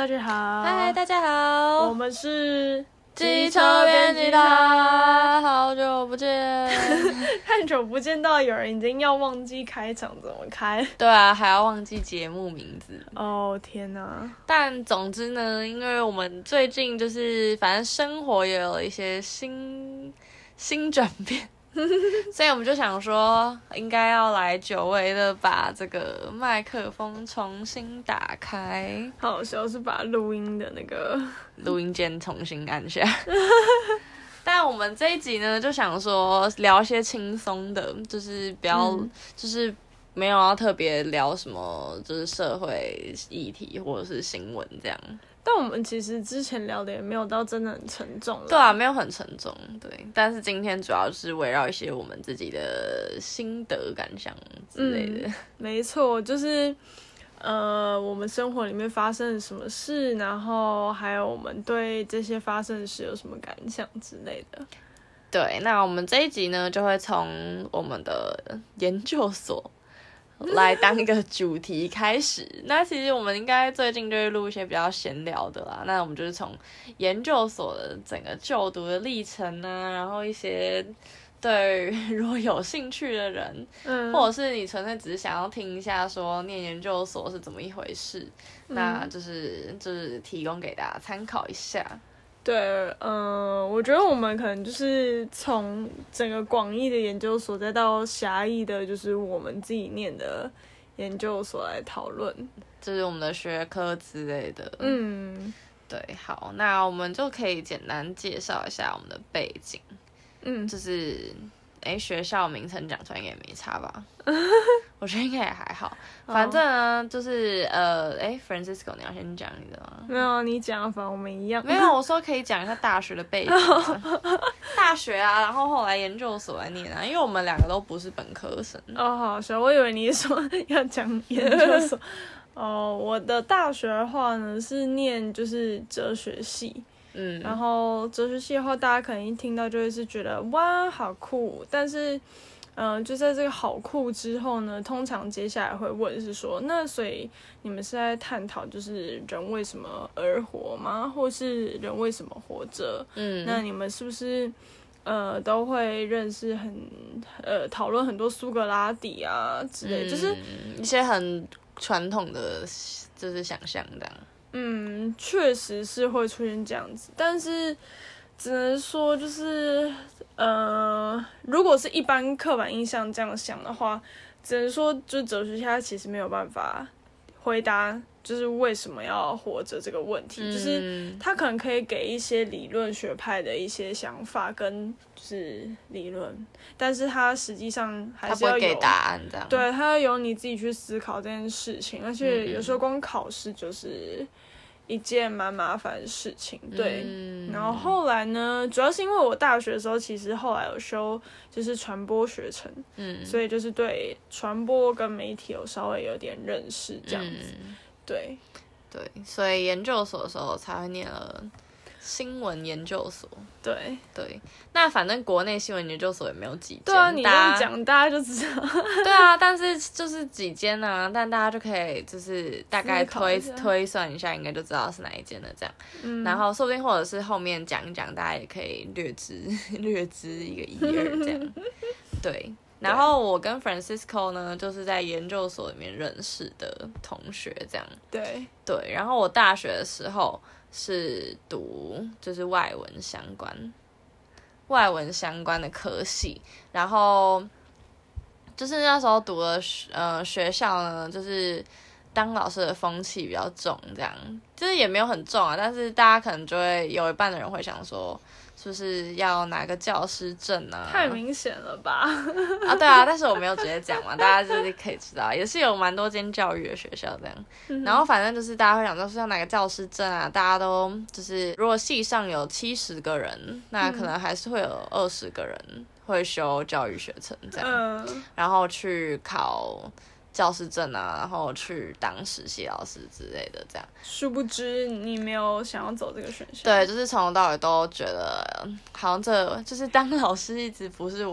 大家好。 嗨，大家好， 我们是机车编辑台，好久不见。 太久不见到有人已经要忘记开场怎么开。 对啊，还要忘记节目名字。 哦天哪！ 但总之呢，因为我们最近就是反正生活也有一些新转变。所以我们就想说，应该要来久违的把这个麦克风重新打开。 好笑是把录音的那个录音键重新按下。但我们这一集呢，就想说聊一些轻松的，就是不要，就是没有要特别聊什么，就是社会议题或者是新闻这样。 但我们其实之前聊的也没有到真的很沉重了。 对啊，没有很沉重，对。但是今天主要是围绕一些我们自己的心得感想之类的。 没错，就是我们生活里面发生了什么事，然后还有我们对这些发生的事有什么感想之类的。 对，那我们这一集呢，就会从我们的研究所来当一个主题开始。那其实我们应该最近就会录一些比较闲聊的啦。那我们就是从研究所的整个就读的历程啊，然后一些对如果有兴趣的人，或者是你纯粹只是想要听一下说念研究所是怎么一回事，那就是提供给大家参考一下。 对，我觉得我们可能就是从整个广义的研究所，再到狭义的，就是我们自己念的研究所来讨论， 就是我们的学科之类的。对，好，那我们就可以简单介绍一下我们的背景。就是学校名称讲出来应该也没差吧？我觉得应该也还好。反正呢，就是Francisco， 你要先讲你的吗？ 没有，你讲，反正我们一样。 没有，我说可以讲一下大学的背景。大学啊，然后后来研究所来念啊，因为我们两个都不是本科生。 哦，好笑，我以为你说要讲研究所。我的大学的话呢是念就是哲学系。然后哲学系的话，大家可能一听到就会是觉得哇好酷，但是就在这个好酷之后呢，通常接下来会问是说，那所以你们是在探讨就是人为什么而活吗？或是人为什么活着？那你们是不是都会认识讨论很多苏格拉底啊之类，就是一些很传统的就是想象这样。 确实是会出现这样子，但是只能说就是，如果是一般刻板印象这样想的话，只能说就是哲学家其实没有办法回答，就是为什么要活着这个问题，就是他可能可以给一些理论学派的一些想法跟就是理论，但是他实际上还是要有他不会给答案这样， 对，他要由你自己去思考这件事情，而且有时候光考试就是一件蛮麻烦的事情，对。然后后来呢，主要是因为我大学的时候，其实后来有修就是传播学程，所以就是对传播跟媒体有稍微有点认识这样子，对， 所以研究所的时候才会念了新闻研究所。 对， 那反正国内新闻研究所也没有几间。 对啊，你这样讲大家就知道。 对啊，但是就是几间啊，但大家就可以就是大概推算一下，应该就知道是哪一间了这样。然后说不定或者是后面讲一讲，大家也可以略知一个一二这样。对。然后我跟 Francisco 呢，就是在研究所里面认识的同学这样。 对。 然后我大学的时候是读就是外文相关的科系，然后就是那时候读的学校呢，就是当老师的风气比较重，这样就是也没有很重啊，但是大家可能就会有一半的人会想说，是不是要拿个教师证啊？ 太明显了吧？ 对啊，但是我没有直接讲嘛，大家就是可以知道，也是有蛮多间教育的学校这样。然后反正就是大家会想说是要拿个教师证啊，大家都就是如果系上有70个人，那可能还是会有20个人会修教育学程这样，然后去考教师证啊，然后去当实习老师之类的这样。 殊不知你没有想要走这个选项。 对，就是从头到尾都觉得好像这就是当老师一直不是我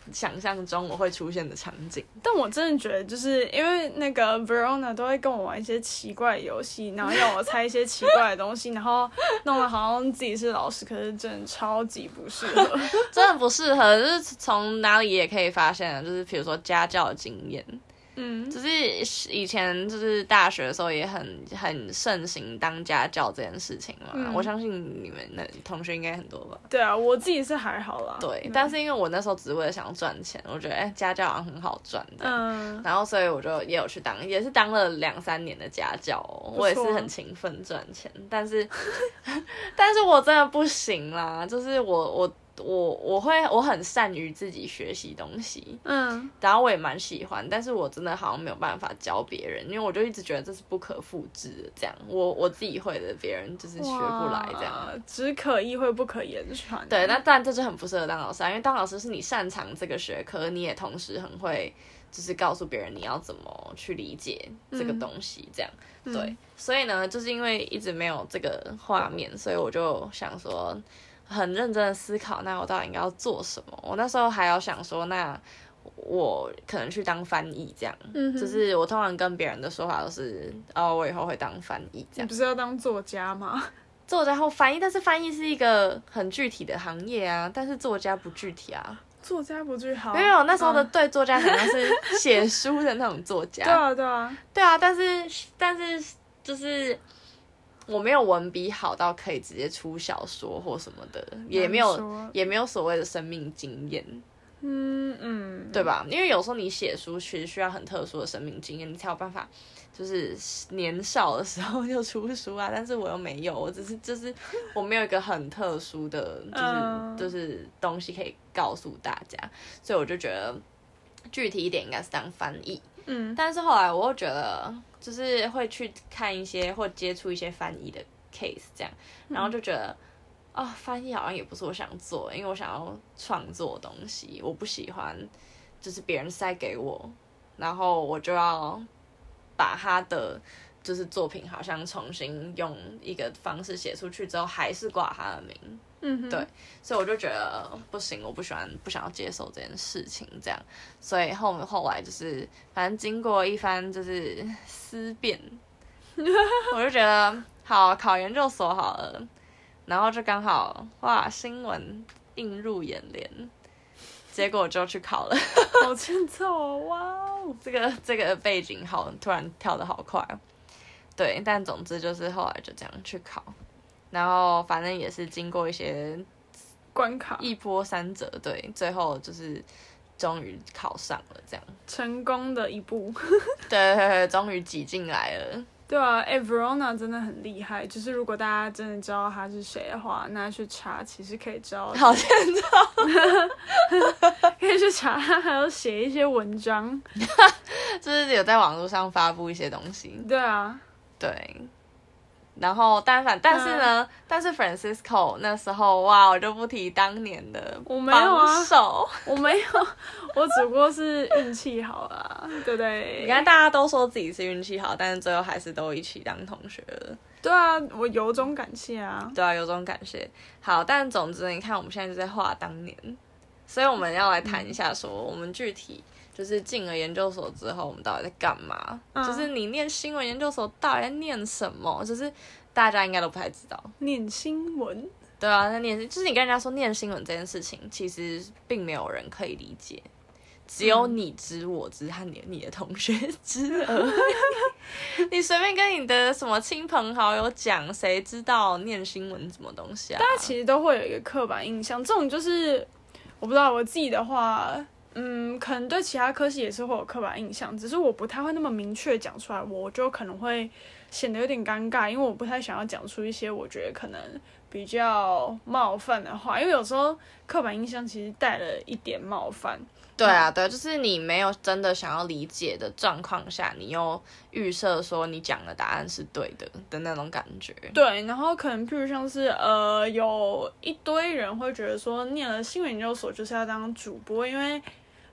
想象中我会出现的场景。 但我真的觉得，就是因为那个 Verona 都会跟我玩一些奇怪的游戏，然后要我猜一些奇怪的东西，然后弄得好像自己是老师，可是真的超级不适合， 真的不适合。就是从哪里也可以发现，就是比如说家教的经验。就是以前就是大学的时候也很盛行当家教这件事情嘛，我相信你们的同学应该很多吧。 对啊，我自己是还好啦。 对，但是因为我那时候只是为了想赚钱，我觉得家教好像很好赚的，然后所以我就也有去当，也是当了2-3年的家教我也是很勤奋赚钱，但是我真的不行啦，就是我很善于自己学习东西，然后我也蛮喜欢，但是我真的好像没有办法教别人，因为我就一直觉得这是不可复制的，这样我自己会的，别人就是学不来这样， 只可意会不可言传。 对，那当然这就很不适合当老师，因为当老师是你擅长这个学科，你也同时很会就是告诉别人你要怎么去理解这个东西，这样，对，所以呢，就是因为一直没有这个画面，所以我就想说。很认真的思考，那我到底应该要做什么？我那时候还要想说，那我可能去当翻译这样，就是我通常跟别人的说法都是，我以后会当翻译这样。 你不是要当作家吗？ 作家或翻译，但是翻译是一个很具体的行业啊，但是作家不具体啊。 作家不具好， 没有那时候的对作家好像是写书的那种作家。 对啊， 但是就是。我没有文笔好到可以直接出小说或什么的，也没有所谓的生命经验，对吧？因为有时候你写书其实需要很特殊的生命经验，你才有办法，就是年少的时候就出书啊。但是我又没有，我只是就是我没有一个很特殊的，就是东西可以告诉大家，所以我就觉得具体一点应该是当翻译。但是后来我又觉得，就是会去看一些或接触一些翻译的 case 这样，然后就觉得，翻译好像也不是我想做，因为我想要创作东西，我不喜欢就是别人塞给我，然后我就要把他的就是作品好像重新用一个方式写出去之后，还是挂他的名。对，所以我就觉得不行，我不想要接受这件事情，这样，所以后来就是反正经过一番就是思辨，我就觉得好考研究所好了，然后就刚好哇新闻映入眼帘，结果就去考了， 好欠揍哦，哇哦， 这个背景好突然跳得好快，对，但总之就是后来就这样去考。然后反正也是经过一些关卡， 一波三折，对，最后就是终于考上了，这样成功的一步， 对，终于挤进来了。 对啊，Verona 真的很厉害，就是如果大家真的知道他是谁的话，那去查其实可以知道。 好欠揍， 可以去查，他还要写一些文章， 就是有在网络上发布一些东西。 对啊， 对。然后但是呢，但是 Francisco 那时候哇，我就不提当年的榜首， 我没有，我只不过是运气好啦，对不对？ 你看大家都说自己是运气好，但是最后还是都一起当同学了。 对啊，我由衷感谢啊。 对啊，由衷感谢。好，但总之你看我们现在就在画当年，所以我们要来谈一下说我们具体。就是进了研究所之后，我们到底在干嘛？就是你念新闻研究所到底在念什么？就是大家应该都不太知道。 念新闻？ 对啊，就是你跟人家说念新闻这件事情，其实并没有人可以理解，只有你知我知和你的同学知而已。你随便跟你的什么亲朋好友讲，谁知道念新闻什么东西啊？ 大家其实都会有一个刻板印象，这种就是我不知道我自己的话。可能对其他科系也是会有刻板印象，只是我不太会那么明确讲出来，我就可能会显得有点尴尬，因为我不太想要讲出一些我觉得可能比较冒犯的话，因为有时候刻板印象其实带了一点冒犯。 对啊，对，就是你没有真的想要理解的状况下，你又预设说你讲的答案是对的那种感觉。 对，然后可能譬如像是有一堆人会觉得说念了新闻研究所就是要当主播，因为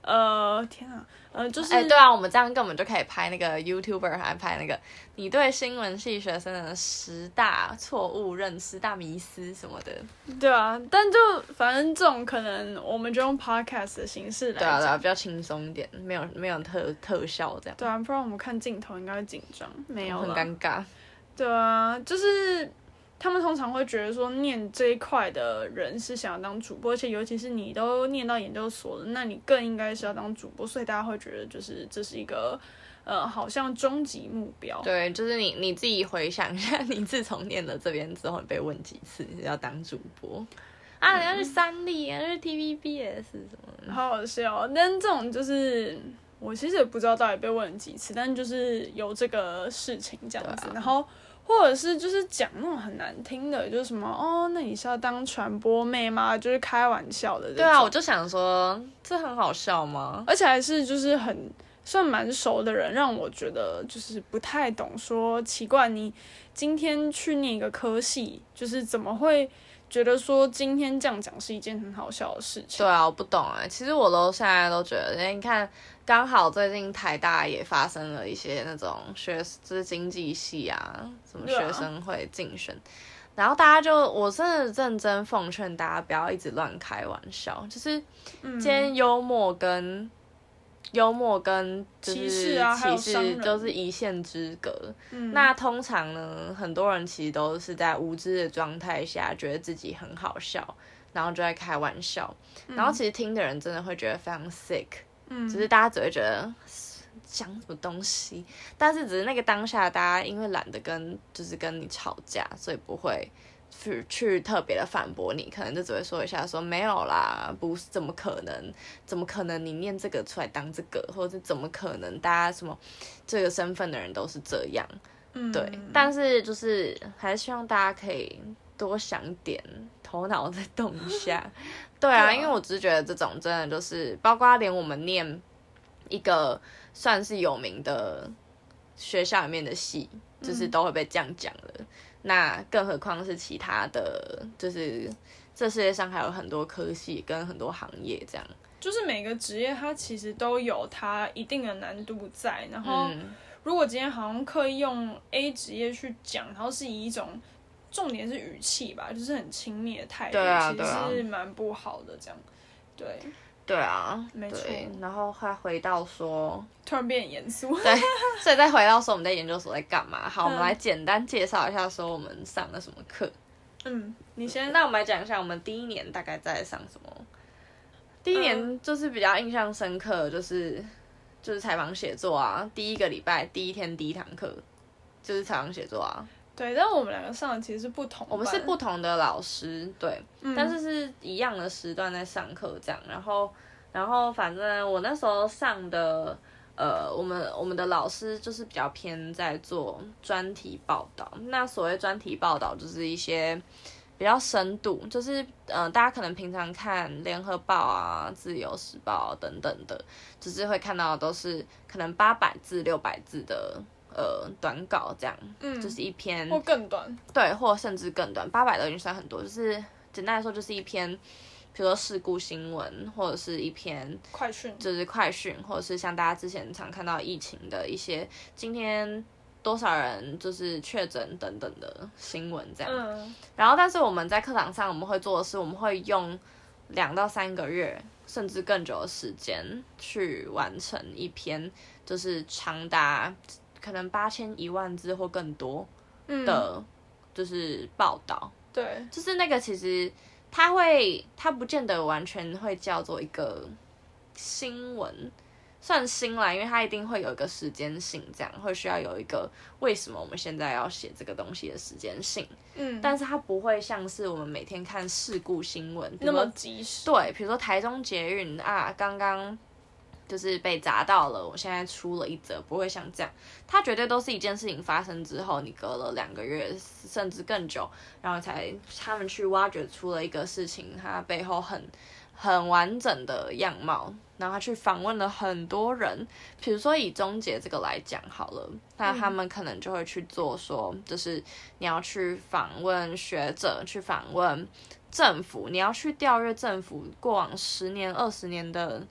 天啊，就是对啊，我们这样根本就可以拍那个 YouTuber， 还拍那个你对新闻系学生的10大错误认识、大迷思什么的。 对啊，但就反正这种可能我们就用 podcast 的形式来讲。 对啊，比较轻松一点，没有特效这样。 对啊，不然我们看镜头应该会紧张，没有很尴尬。 对啊，就是他们通常会觉得说念这一块的人是想要当主播，而且尤其是你都念到研究所了，那你更应该是要当主播，所以大家会觉得就是这是一个好像终极目标。 对，就是你自己回想一下，你自从念了这边之后，你被问几次你要当主播啊？你要去三立，要去 TVBS 什么的， 好好笑。但这种就是我其实也不知道到底被问了几次，但就是有这个事情这样子，然后。或者是就是讲那种很难听的，就是什么那你是要当传播妹吗？就是开玩笑的。 对啊，我就想说，这很好笑吗？ 而且还是就是算蛮熟的人，让我觉得就是不太懂说奇怪，你今天去念一个科系，就是怎么会觉得说今天这样讲是一件很好笑的事情？ 对啊，我不懂其实我现在都觉得，你看。刚好最近台大也发生了一些那种就是经济系啊，什么学生会竞选，然后大家我真的认真奉劝大家不要一直乱开玩笑，就是今天幽默跟就是歧视都是一线之隔。那通常呢，很多人其实都是在无知的状态下，觉得自己很好笑，然后就在开玩笑，然后其实听的人真的会觉得非常 sick。只是大家只会觉得讲什么东西，但是只是那个当下，大家因为懒得跟你吵架，所以不会去特别的反驳你，可能就只会说一下说没有啦，不是，怎么可能你念这个出来当这个，或者是怎么可能大家什么这个身份的人都是这样，对，但是就是还是希望大家可以多想点，头脑再动一下。对啊，因为我只是觉得这种真的就是包括连我们念一个算是有名的学校里面的系，就是都会被这样讲了，那更何况是其他的，就是这世界上还有很多科系跟很多行业这样， 就是每个职业它其实都有它一定的难度在，然后如果今天好像刻意用 A 职业去讲，然后是以一种重点是语气吧，就是很轻蔑的态度，其实是蛮不好的。这样， 对啊， 没错。 然后还回到说， 突然变严肃， 对，所以再回到说我们在研究所在干嘛。好，我们来简单介绍一下，说我们上了什么课。 你先。 那我们来讲一下我们第一年大概在上什么。第一年就是比较印象深刻，就是采访写作啊，第一个礼拜第一天第一堂课就是采访写作啊。 对，但我们两个上的其实是不同班， 我们是不同的老师，对，但是是一样的时段在上课这样。然后反正我那时候上的，我们的老师就是比较偏在做专题报道。那所谓专题报道，就是一些比较深度，就是大家可能平常看联合报啊、自由时报等等的，就是会看到的都是可能800字、600字的。短稿这样，就是一篇或更短， 对，或甚至更短，800都已经算很多。就是简单来说，就是一篇，比如说事故新闻，或者是一篇快讯， 就是快讯，或者是像大家之前常看到疫情的一些今天多少人就是确诊等等的新闻这样。然后，但是我们在课堂上我们会做的是，我们会用2到3个月，甚至更久的时间去完成一篇，就是长达可能8000、10000字或更多的，就是报道。 对， 就是那个其实它不见得完全会叫做一个新闻，算新啦，因为它一定会有一个时间性，这样会需要有一个为什么我们现在要写这个东西的时间性。但是它不会像是我们每天看事故新闻那么及时。 对，比如说台中捷运啊，刚刚就是被砸到了，我现在出了一则，不会像这样，它绝对都是一件事情发生之后，你隔了2个月甚至更久，然后他们去挖掘出了一个事情，它背后很完整的样貌，然后他去访问了很多人，比如说以中捷这个来讲好了，那他们可能就会去做说，就是你要去访问学者，去访问政府，你要去调阅政府过往10年、20年的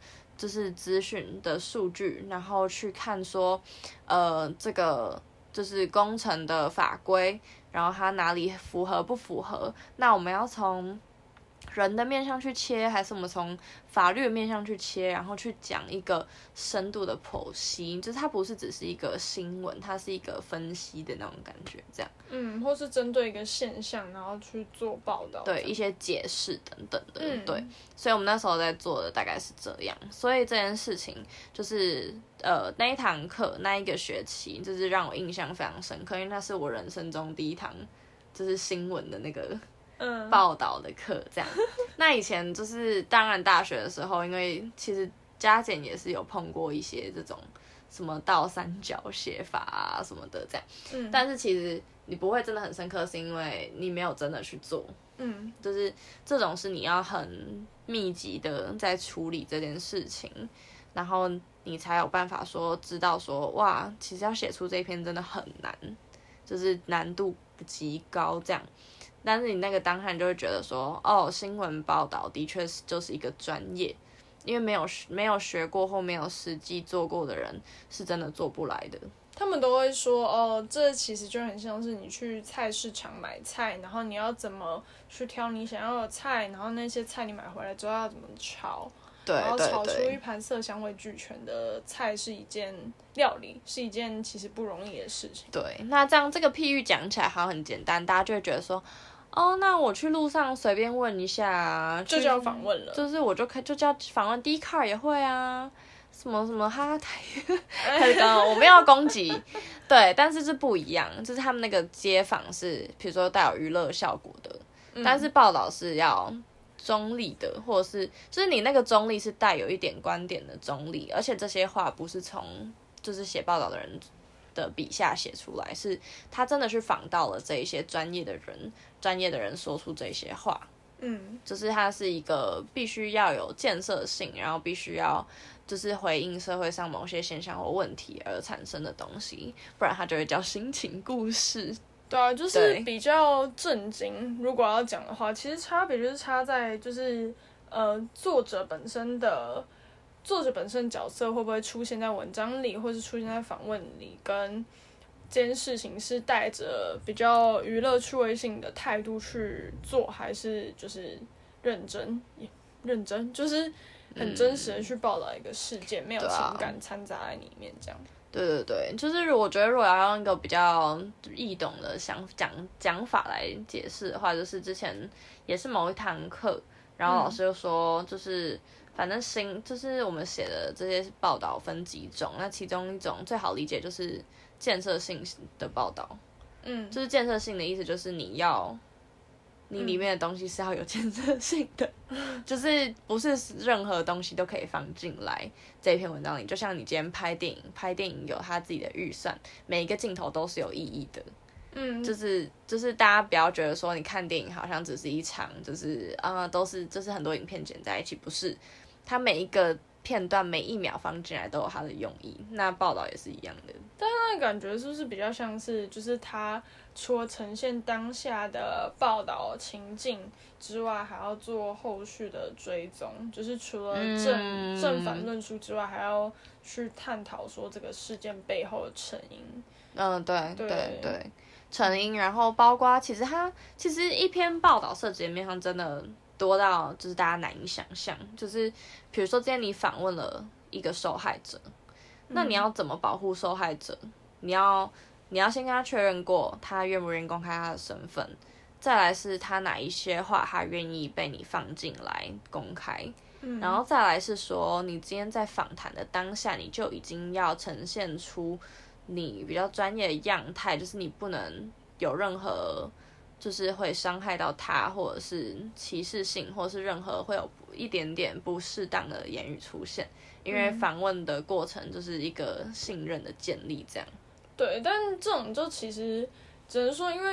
就是资讯的数据，然后去看说，这个就是工程的法规，然后它哪里符合不符合？那我们要从人的面向去切，还是我们从法律的面向去切，然后去讲一个深度的剖析，就是它不是只是一个新闻，它是一个分析的那种感觉，这样。 或是针对一个现象，然后去做报道， 对一些解释等等的，对，所以我们那时候在做的大概是这样，所以这件事情就是那一堂课那一个学期，就是让我印象非常深刻，因为那是我人生中第一堂就是新闻的那个报道的课，这样。那以前就是当然大学的时候，因为其实加减也是有碰过一些这种什么倒三角写法啊什么的这样，但是其实你不会真的很深刻，是因为你没有真的去做，就是这种是你要很密集的在处理这件事情，然后你才有办法说知道说哇，其实要写出这一篇真的很难，就是难度极高这样。但是你那个当下你就会觉得说，哦，新闻报道的确是就是一个专业，因为没有学过或没有实际做过的人是真的做不来的。 他们都会说，哦，这其实就很像是你去菜市场买菜，然后你要怎么去挑你想要的菜，然后那些菜你买回来之后要怎么炒， 对， 然后炒出一盘色香味俱全的菜是一件料理，是一件其实不容易的事情。 对，那这样这个譬喻讲起来好像很简单，大家就会觉得说，哦，那我去路上随便问一下， 就叫访问了， 就是我就叫访问 Dcard 也会啊，什么什么哈台，开始我没有要攻击，对，但是是不一样，就是他们那个街访是，比如说带有娱乐效果的，但是报道是要中立的，或者是就是你那个中立是带有一点观点的中立，而且这些话不是从就是写报道的人的笔下写出来，是他真的去访到了这一些专业的人说出这些话，就是它是一个必须要有建设性，然后必须要就是回应社会上某些现象或问题而产生的东西，不然它就会叫心情故事。 对啊，就是比较震惊。如果要讲的话，其实差别就是差在就是作者本身角色会不会出现在文章里，或是出现在访问里，跟这件事情是带着比较娱乐趣味性的态度去做，还是就是认真，就是很真实的去报道一个事件，没有情感掺杂在里面这样。 对，就是我觉得如果要用一个比较易懂的讲法来解释的话，就是之前也是某一堂课，然后老师就说，就是反正就是我们写的这些报道分几种，那其中一种最好理解就是建设性的报道，就是建设性的意思就是你里面的东西是要有建设性的，就是不是任何东西都可以放进来这篇文章里。就像你今天拍电影有他自己的预算，每一个镜头都是有意义的。就是大家不要觉得说你看电影好像只是一场，就是都是就是很多影片剪在一起，不是，它每一个片段每一秒放进来都有它的用意。那报道也是一样的， 但他的感觉是不是比较像是，就是他除了呈现当下的报道情境之外，还要做后续的追踪，就是除了正反论述之外，还要去探讨说这个事件背后的成因。 对，成因，然后包括其实一篇报道涉及的面向真的多到就是大家难以想象，就是比如说今天你访问了一个受害者，那你要怎么保护受害者？你要先跟他确认过他愿不愿意公开他的身份，再来是他哪一些话他愿意被你放进来公开，然后再来是说你今天在访谈的当下你就已经要呈现出你比较专业的样态，就是你不能有任何就是会伤害到他，或者是歧视性，或者是任何会有一点点不适当的言语出现，因为访问的过程就是一个信任的建立这样。 对，但这种就其实只能说，因为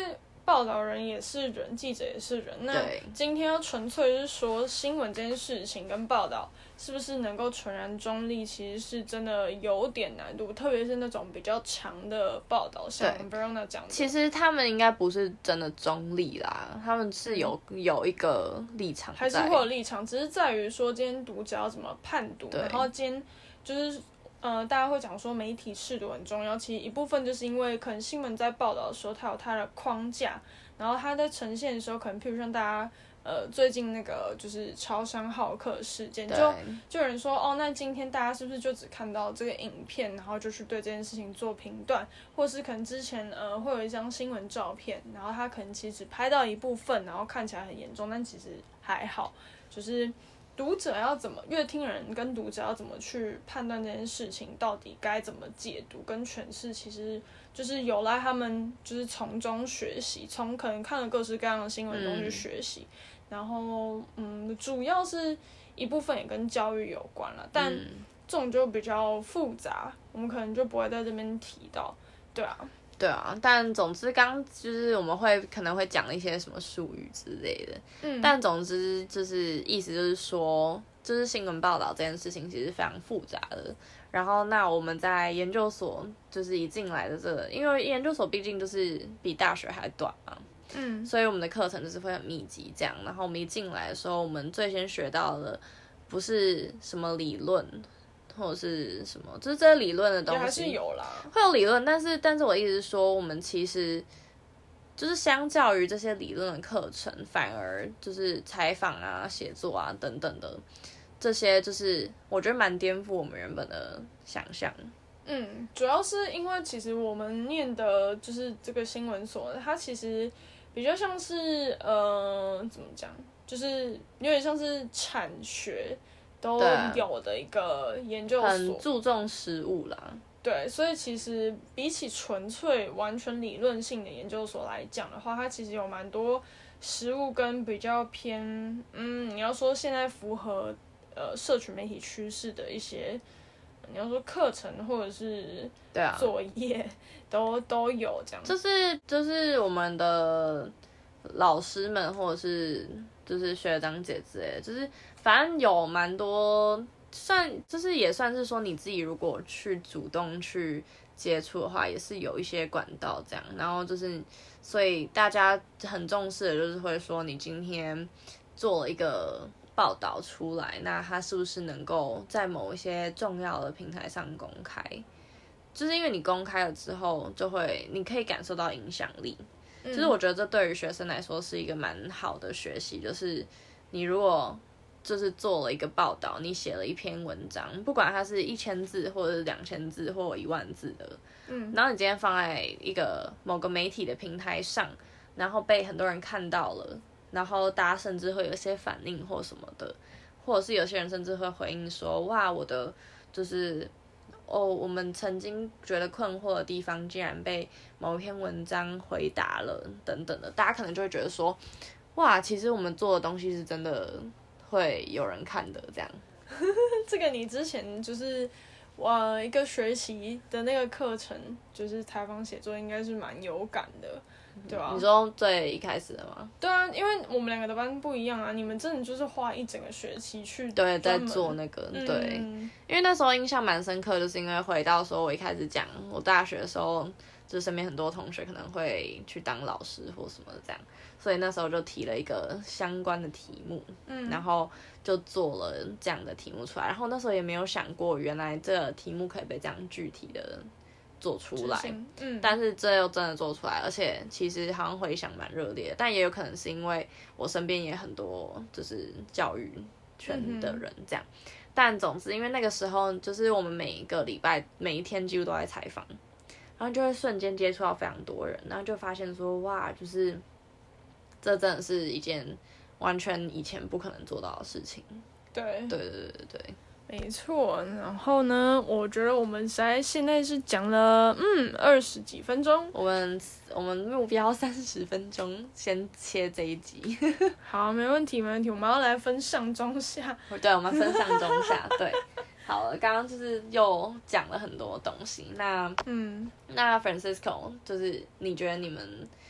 报道人也是人，记者也是人。那今天要纯粹是说新闻这件事情跟报道是不是能够纯然中立，其实是真的有点难度，特别是那种比较长的报道，像 Verona 讲的。 其实他们应该不是真的中立啦，他们是有一个立场在， 还是会有立场，只是在于说今天读者要怎么判读，然后今天就是大家会讲说媒体识读很重要，其实一部分就是因为可能新闻在报道的时候，它有它的框架，然后它在呈现的时候，可能譬如像大家最近那个就是超商浩克事件，就有人说哦，那今天大家是不是就只看到这个影片，然后就去对这件事情做评断，或是可能之前会有一张新闻照片，然后它可能其实只拍到一部分，然后看起来很严重，但其实还好，就是读者要怎么，阅听人跟读者要怎么去判断这件事情到底该怎么解读跟诠释，其实就是有赖他们就是从中学习，从可能看了各式各样的新闻中去学习，然后主要是一部分也跟教育有关了，但这种就比较复杂，我们可能就不会在这边提到，对啊。 对啊，但总之就是我们可能会讲一些什么术语之类的，但总之就是意思就是说，就是新闻报道这件事情其实非常复杂的。然后那我们在研究所就是一进来的因为研究所毕竟就是比大学还短嘛，所以我们的课程就是会很密集这样。然后我们一进来的时候，我们最先学到的不是什么理论。或者是什么，就是这些理论的东西还是有啦， 会有理论，但是我意思是说，我们其实就是相较于这些理论的课程，反而就是采访啊、写作啊等等的这些，就是我觉得蛮颠覆我们原本的想象。 主要是因为其实我们念的就是这个新闻所，它其实比较像是怎么讲，就是有点像是产学都有的一个研究所， 很注重实务啦。 对，所以其实比起纯粹完全理论性的研究所来讲的话，它其实有蛮多实务跟比较偏你要说现在符合社群媒体趋势的一些，你要说课程或者是作业都有这样。 就是我们的老师们或者是就是学长姐之类的，就是反正有蛮多就是也算是说你自己如果去主动去接触的话，也是有一些管道这样。然后就是所以大家很重视的就是会说，你今天做了一个报道出来，那它是不是能够在某一些重要的平台上公开？就是因为你公开了之后，你可以感受到影响力。就是我觉得这对于学生来说是一个蛮好的学习，就是你如果就是做了一个报道，你写了一篇文章，不管它是1000字或者是2000字或10000字的，然后你今天放在一个某个媒体的平台上，然后被很多人看到了，然后大家甚至会有一些反应或什么的，或者是有些人甚至会回应说，哇，我的就是我们曾经觉得困惑的地方，竟然被某一篇文章回答了，等等的，大家可能就会觉得说，哇，其实我们做的东西是真的会有人看的，这样。 这个你之前就是一个学期的那个课程，就是采访写作，应该是蛮有感的。对啊， 你说最一开始的吗？ 对啊，因为我们两个的班不一样啊，你们真的就是花一整个学期去在做那个对，因为那时候印象蛮深刻，就是因为回到说我一开始讲我大学的时候，就身边很多同学可能会去当老师或什么的这样，所以那时候就提了一个相关的题目，然后就做了这样的题目出来，然后那时候也没有想过原来这个题目可以被这样具体的做出来，但是这又真的做出来，而且其实好像回响蛮热烈的，但也有可能是因为我身边也很多就是教育圈的人这样，但总之因为那个时候就是我们每一个礼拜每一天几乎都在采访，然后就会瞬间接触到非常多人，然后就发现说哇，就是这真的是一件完全以前不可能做到的事情。对。 没错，然后呢，我觉得我们现在是讲了20几分钟， 我们目标30分钟，先切这一集。 好，没问题，我们要来分上中下。 对，我们分上中下。对，好了，刚刚就是又讲了很多东西。那 Francisco， 就是你觉得你们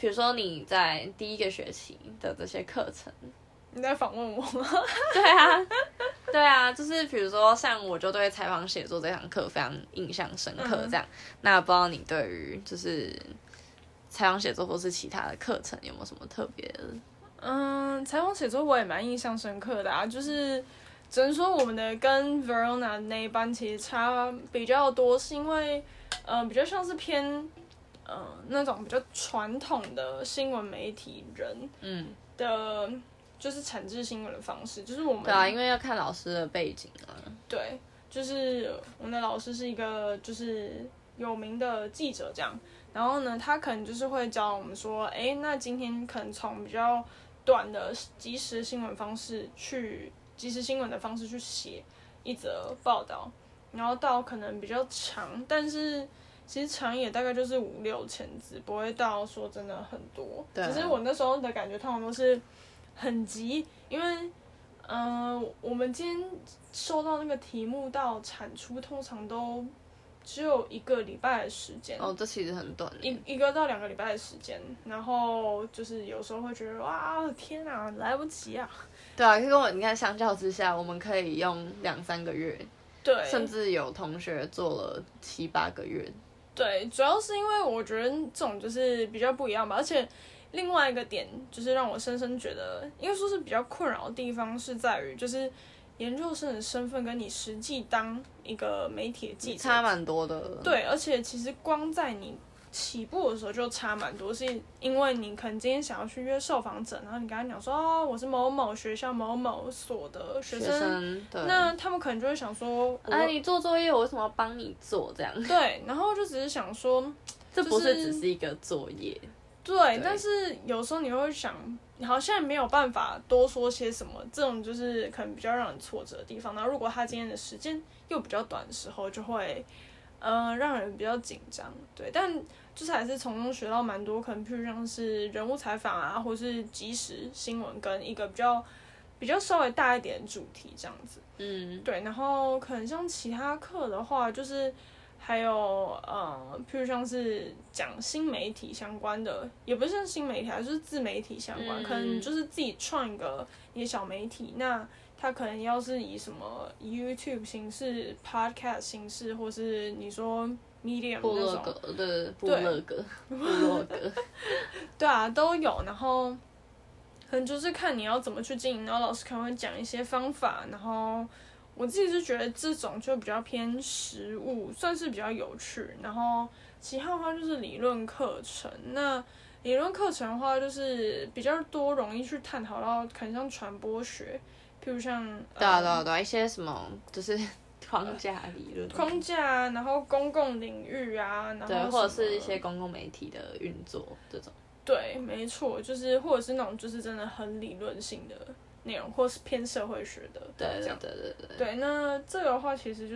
比如说你在第一个学期的这些课程。 你在访问我吗？ 对啊，对啊，就是比如说像我就对采访写作这堂课非常印象深刻，这样。那不知道你对于就是采访写作或是其他的课程有没有什么特别的？ 采访写作我也蛮印象深刻的啊，就是只能说我们的跟 Verona 那一班其实差比较多，是因为比较像是偏那种比较传统的新闻媒体人的。就是产制新闻的方式，就是我们对啊，因为要看老师的背景啊。 对，就是我们的老师是一个就是有名的记者这样，然后呢，他可能就是会教我们说，那今天可能从比较短的即时新闻的方式去写一则报道，然后到可能比较长，但是其实长也大概就是5-6千字，不会到说真的很多。对，只是我那时候的感觉通常都是。很急，因为我们今天收到那个题目到产出，通常都只有1个礼拜的时间。 哦，这其实很短。 1个到2个礼拜的时间，然后就是有时候会觉得哇，天啊，来不及啊！ 对啊，跟我你看相较之下，我们可以用2-3个月， 对， 甚至有同学做了7-8个月。 对，主要是因为我觉得这种就是比较不一样吧，而且。另外一个点就是让我深深觉得，应该说是比较困扰的地方是在于，就是研究生的身份跟你实际当一个媒体的记者差蛮多的。 对，而且其实光在你起步的时候就差蛮多，是因为你可能今天想要去约受访者，然后你跟他讲说，我是某某学校某某所的学生，那他们可能就会想说， 你做作业，我为什么要帮你做这样？ 对，然后就只是想说， 这不是只是一个作业。 对，但是有时候你会想，好像没有办法多说些什么，这种就是可能比较让人挫折的地方。然后如果他今天的时间又比较短的时候，就会让人比较紧张。对，但就是还是从中学到蛮多，可能譬如像是人物采访啊，或是即时新闻跟一个比较稍微大一点的主题这样子。对，然后可能像其他课的话，就是。还有譬如像是讲新媒体相关的，也不是像新媒体，就是自媒体相关，可能就是自己创一个小媒体，那它可能要是以什么 YouTube 形式、Podcast 形式，或是你说 Medium 那种部落格， 对啊，都有。然后可能就是看你要怎么去经营，然后老师可能会讲一些方法，然后。我自己是觉得这种就比较偏实务，算是比较有趣。然后其他的话就是理论课程。那理论课程的话，就是比较多容易去探讨到，可能像传播学，譬如像对，一些什么就是框架理论、 框架，然后公共领域啊，然后对，或者是一些公共媒体的运作这种。 对，没错，就是或者是那种就是真的很理论性的。内容或是偏社会学的，对，那这个的话其实就是，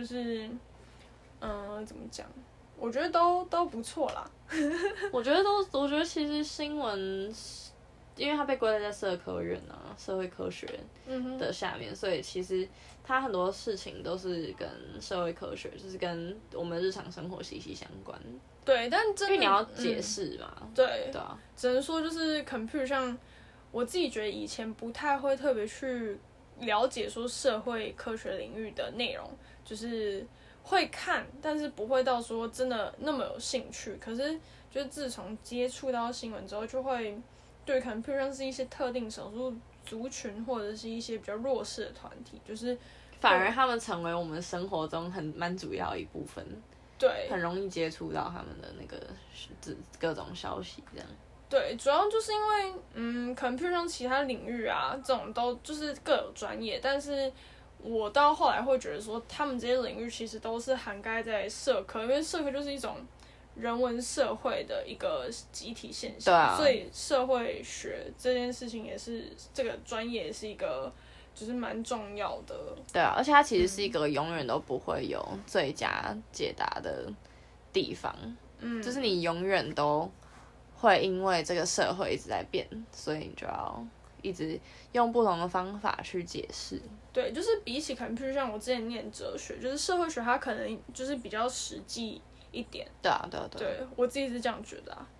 怎么讲？我觉得都不错啦。 我觉得其实新闻，因为它被归类在社科院啊，社会科学的下面，所以其实它很多事情都是跟社会科学，就是跟我们日常生活息息相关。 对，但真的因为你要解释嘛， 对啊， 只能说就是可能譬如像。我自己觉得以前不太会特别去了解说社会科学领域的内容，就是会看，但是不会到说真的那么有兴趣。可是就是自从接触到新闻之后，就会对可能譬如像是一些特定少数族群或者是一些比较弱势的团体，就是反而他们成为我们生活中蛮主要一部分， 对， 很容易接触到他们的那个各种消息这样。 对，主要就是因为，可能譬如像其他领域啊，这种都就是各有专业，但是我到后来会觉得说，他们这些领域其实都是涵盖在社科，因为社科就是一种人文社会的一个集体现象， 对啊， 所以社会学这件事情也是这个专业也是一个就是蛮重要的。 对啊，而且它其实是一个永远都不会有最佳解答的地方，就是你永远都。会因为这个社会一直在变，所以你就要一直用不同的方法去解释。 对，就是比起可能，譬如像我之前念哲学，就是社会学，它可能就是比较实际一点。 对啊。 对我自己是这样觉得啊。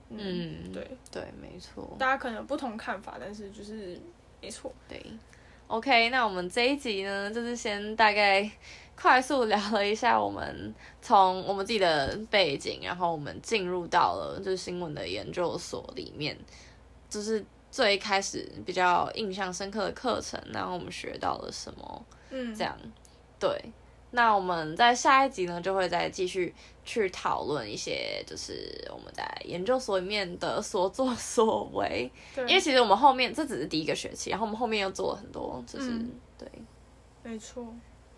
对，没错。 大家可能有不同看法，但是就是没错。 对 ，OK， 那我们这一集呢，就是先大概快速聊了一下我们从我们自己的背景，然后我们进入到了就是新闻的研究所里面，就是最开始比较印象深刻的课程，然后我们学到了什么，这样，对。那我们在下一集呢，就会再继续去讨论一些，就是我们在研究所里面的所作所为。因为其实我们后面这只是第一个学期，然后我们后面又做了很多，就是对， 没错。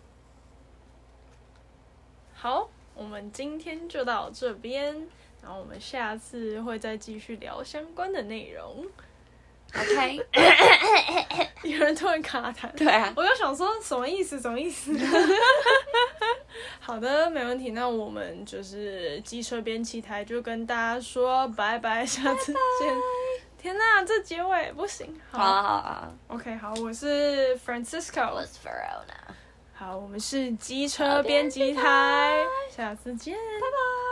好，我们今天就到这边，然后我们下次会再继续聊相关的内容。 OK， 有人突然卡痰， 对啊， 我就想说什么意思？好的，没问题。那我们就是机车编辑台就跟大家说拜拜，下次见。天哪，这结尾不行。 好 OK， 好，我是 Francisco， 我是 Verona。 好，我们是机车编辑台，下次见， 拜拜。